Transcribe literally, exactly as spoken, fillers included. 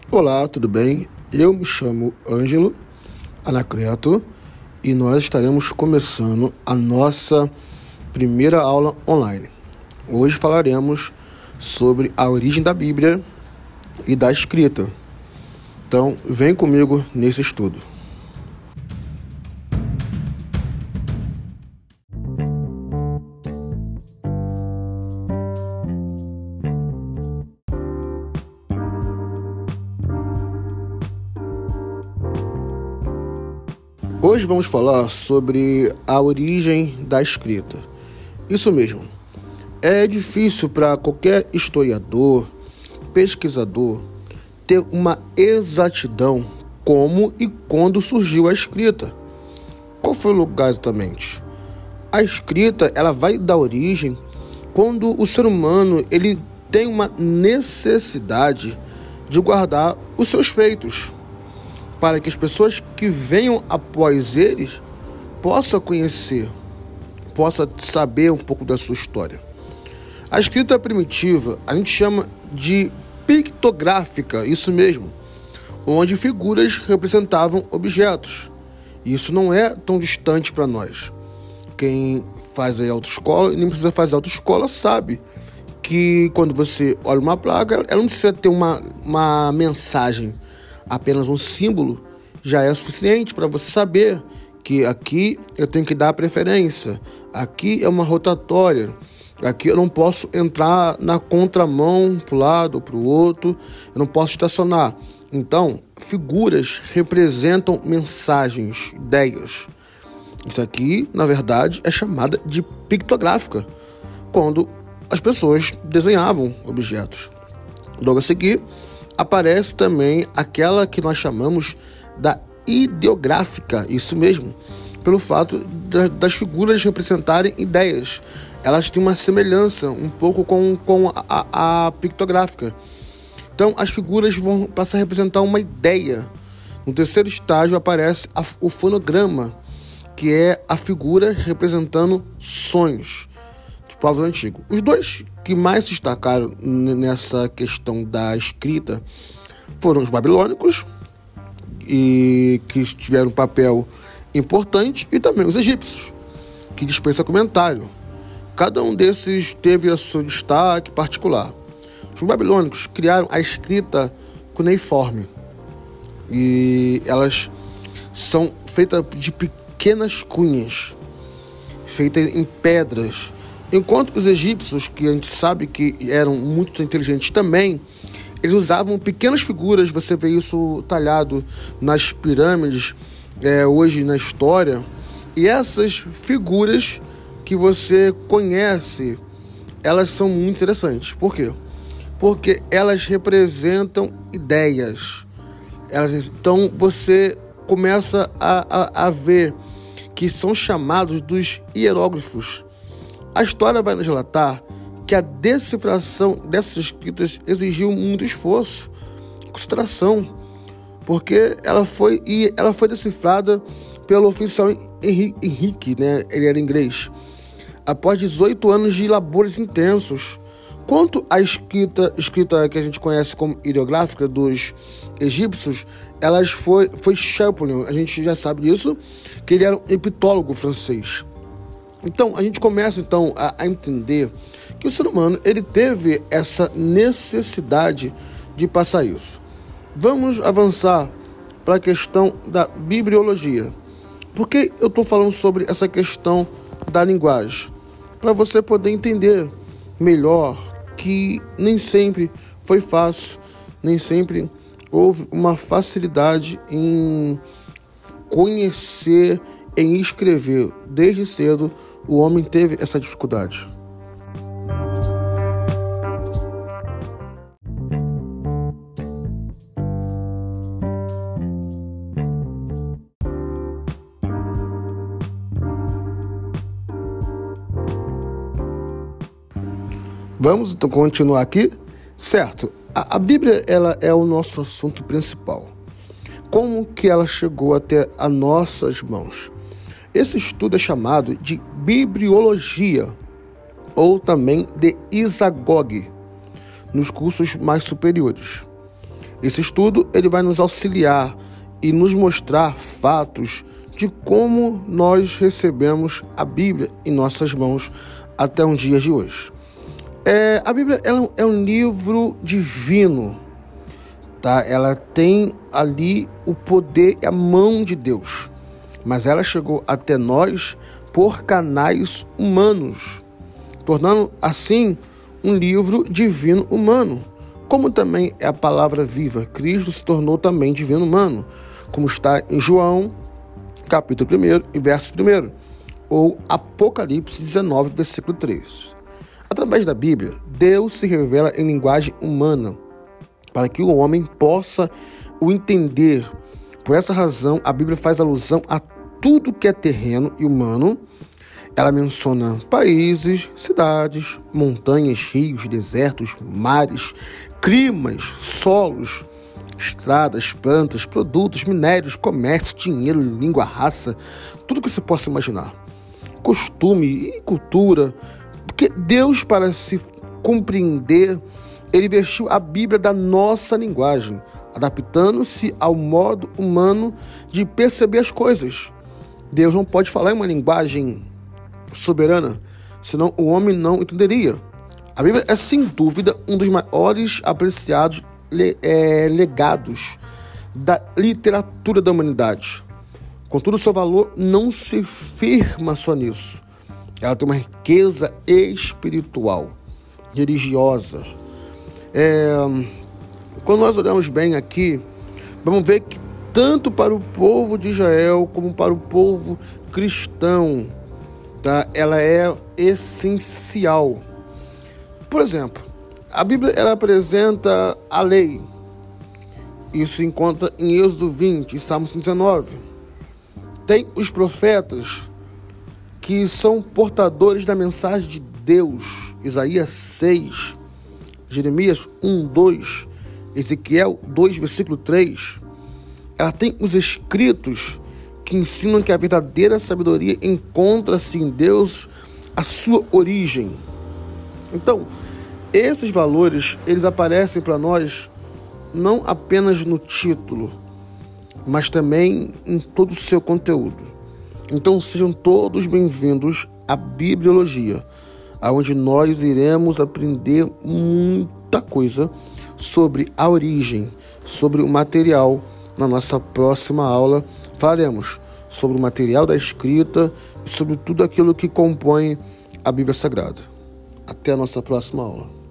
Olá, tudo bem? Eu me chamo Ângelo Anacleto e nós estaremos começando a nossa primeira aula online. Hoje falaremos sobre a origem da Bíblia e da escrita. Então, vem comigo nesse estudo. Hoje vamos falar sobre a origem da escrita. Isso mesmo, é difícil para qualquer historiador, pesquisador, ter uma exatidão como e quando surgiu a escrita. Qual foi o lugar exatamente? A escrita ela vai dar origem quando o ser humano ele tem uma necessidade de guardar os seus feitos, para que as pessoas que venham após eles possam conhecer, possam saber um pouco da sua história. A escrita primitiva a gente chama de pictográfica, isso mesmo, onde figuras representavam objetos. Isso não é tão distante para nós. Quem faz a autoescola e nem precisa fazer autoescola sabe que quando você olha uma placa, ela não precisa ter uma, uma mensagem. Apenas um símbolo já é suficiente para você saber que aqui eu tenho que dar preferência, aqui é uma rotatória, aqui eu não posso entrar na contramão para o lado ou para o outro, eu não posso estacionar. Então, figuras representam mensagens, ideias. Isso aqui, na verdade, é chamada de pictográfica, quando as pessoas desenhavam objetos. Logo a seguir, aparece também aquela que nós chamamos da ideográfica, isso mesmo, pelo fato das figuras representarem ideias. Elas têm uma semelhança um pouco com, com a, a, a pictográfica. Então, as figuras vão passar a representar uma ideia. No terceiro estágio aparece a, o fonograma, que é a figura representando sonhos do povo antigo. Os dois que mais se destacaram nessa questão da escrita foram os babilônicos, e que tiveram um papel importante, e também os egípcios, que dispensa comentário. Cada um desses teve o seu destaque particular. Os babilônicos criaram a escrita cuneiforme, e elas são feitas de pequenas cunhas, feitas em pedras, enquanto os egípcios, que a gente sabe que eram muito inteligentes também, eles usavam pequenas figuras. Você vê isso talhado nas pirâmides, é, hoje na história. E essas figuras que você conhece, elas são muito interessantes. Por quê? Porque elas representam ideias. Elas, então você começa a, a, a ver que são chamados dos hieróglifos. A história vai nos relatar que a decifração dessas escritas exigiu muito esforço, concentração, porque ela foi, e ela foi decifrada pelo oficial Henrique, Henrique, né? Ele era inglês, após dezoito anos de labores intensos. Quanto à escrita, escrita que a gente conhece como ideográfica dos egípcios, elas foi, foi Champollion, a gente já sabe disso, que ele era um epitólogo francês. Então, a gente começa então a, a entender que o ser humano ele teve essa necessidade de passar isso. Vamos avançar para a questão da bibliologia. Por que eu estou falando sobre essa questão da linguagem? Para você poder entender melhor que nem sempre foi fácil, nem sempre houve uma facilidade em conhecer, em escrever. Desde cedo, o homem teve essa dificuldade. Vamos então continuar aqui? Certo, a, a Bíblia ela é o nosso assunto principal. Como que ela chegou até as nossas mãos? Esse estudo é chamado de bibliologia, ou também de isagoge, nos cursos mais superiores. Esse estudo ele vai nos auxiliar e nos mostrar fatos de como nós recebemos a Bíblia em nossas mãos até um dia de hoje. É, a Bíblia ela é um livro divino, tá? Ela tem ali o poder e a mão de Deus, mas ela chegou até nós por canais humanos, tornando assim um livro divino humano. Como também é a palavra viva, Cristo se tornou também divino humano, como está em João, capítulo primeiro e verso primeiro, ou Apocalipse dezenove, versículo três. Através da Bíblia, Deus se revela em linguagem humana, para que o homem possa o entender. Por essa razão, a Bíblia faz alusão a tudo que é terreno e humano. Ela menciona países, cidades, montanhas, rios, desertos, mares, climas, solos, estradas, plantas, produtos, minérios, comércio, dinheiro, língua, raça, tudo que você possa imaginar. Costume e cultura, porque Deus, para se compreender, ele vestiu a Bíblia da nossa linguagem, adaptando-se ao modo humano de perceber as coisas. Deus não pode falar em uma linguagem soberana, senão o homem não entenderia. A Bíblia é, sem dúvida, um dos maiores apreciados le, é, legados da literatura da humanidade. Contudo, seu valor não se firma só nisso. Ela tem uma riqueza espiritual, religiosa. É, quando nós olhamos bem aqui, vamos ver que tanto para o povo de Israel como para o povo cristão, tá? Ela é essencial. Por exemplo, a Bíblia ela apresenta a lei. Isso se encontra em Êxodo vinte e Salmo dezenove. Tem os profetas que são portadores da mensagem de Deus. Isaías seis, Jeremias um, dois, Ezequiel dois, versículo três. Ela tem os escritos que ensinam que a verdadeira sabedoria encontra-se em Deus, a sua origem. Então, esses valores, eles aparecem para nós não apenas no título, mas também em todo o seu conteúdo. Então, sejam todos bem-vindos à Bibliologia, onde nós iremos aprender muita coisa sobre a origem, sobre o material. Na nossa próxima aula, falaremos sobre o material da escrita e sobre tudo aquilo que compõe a Bíblia Sagrada. Até a nossa próxima aula.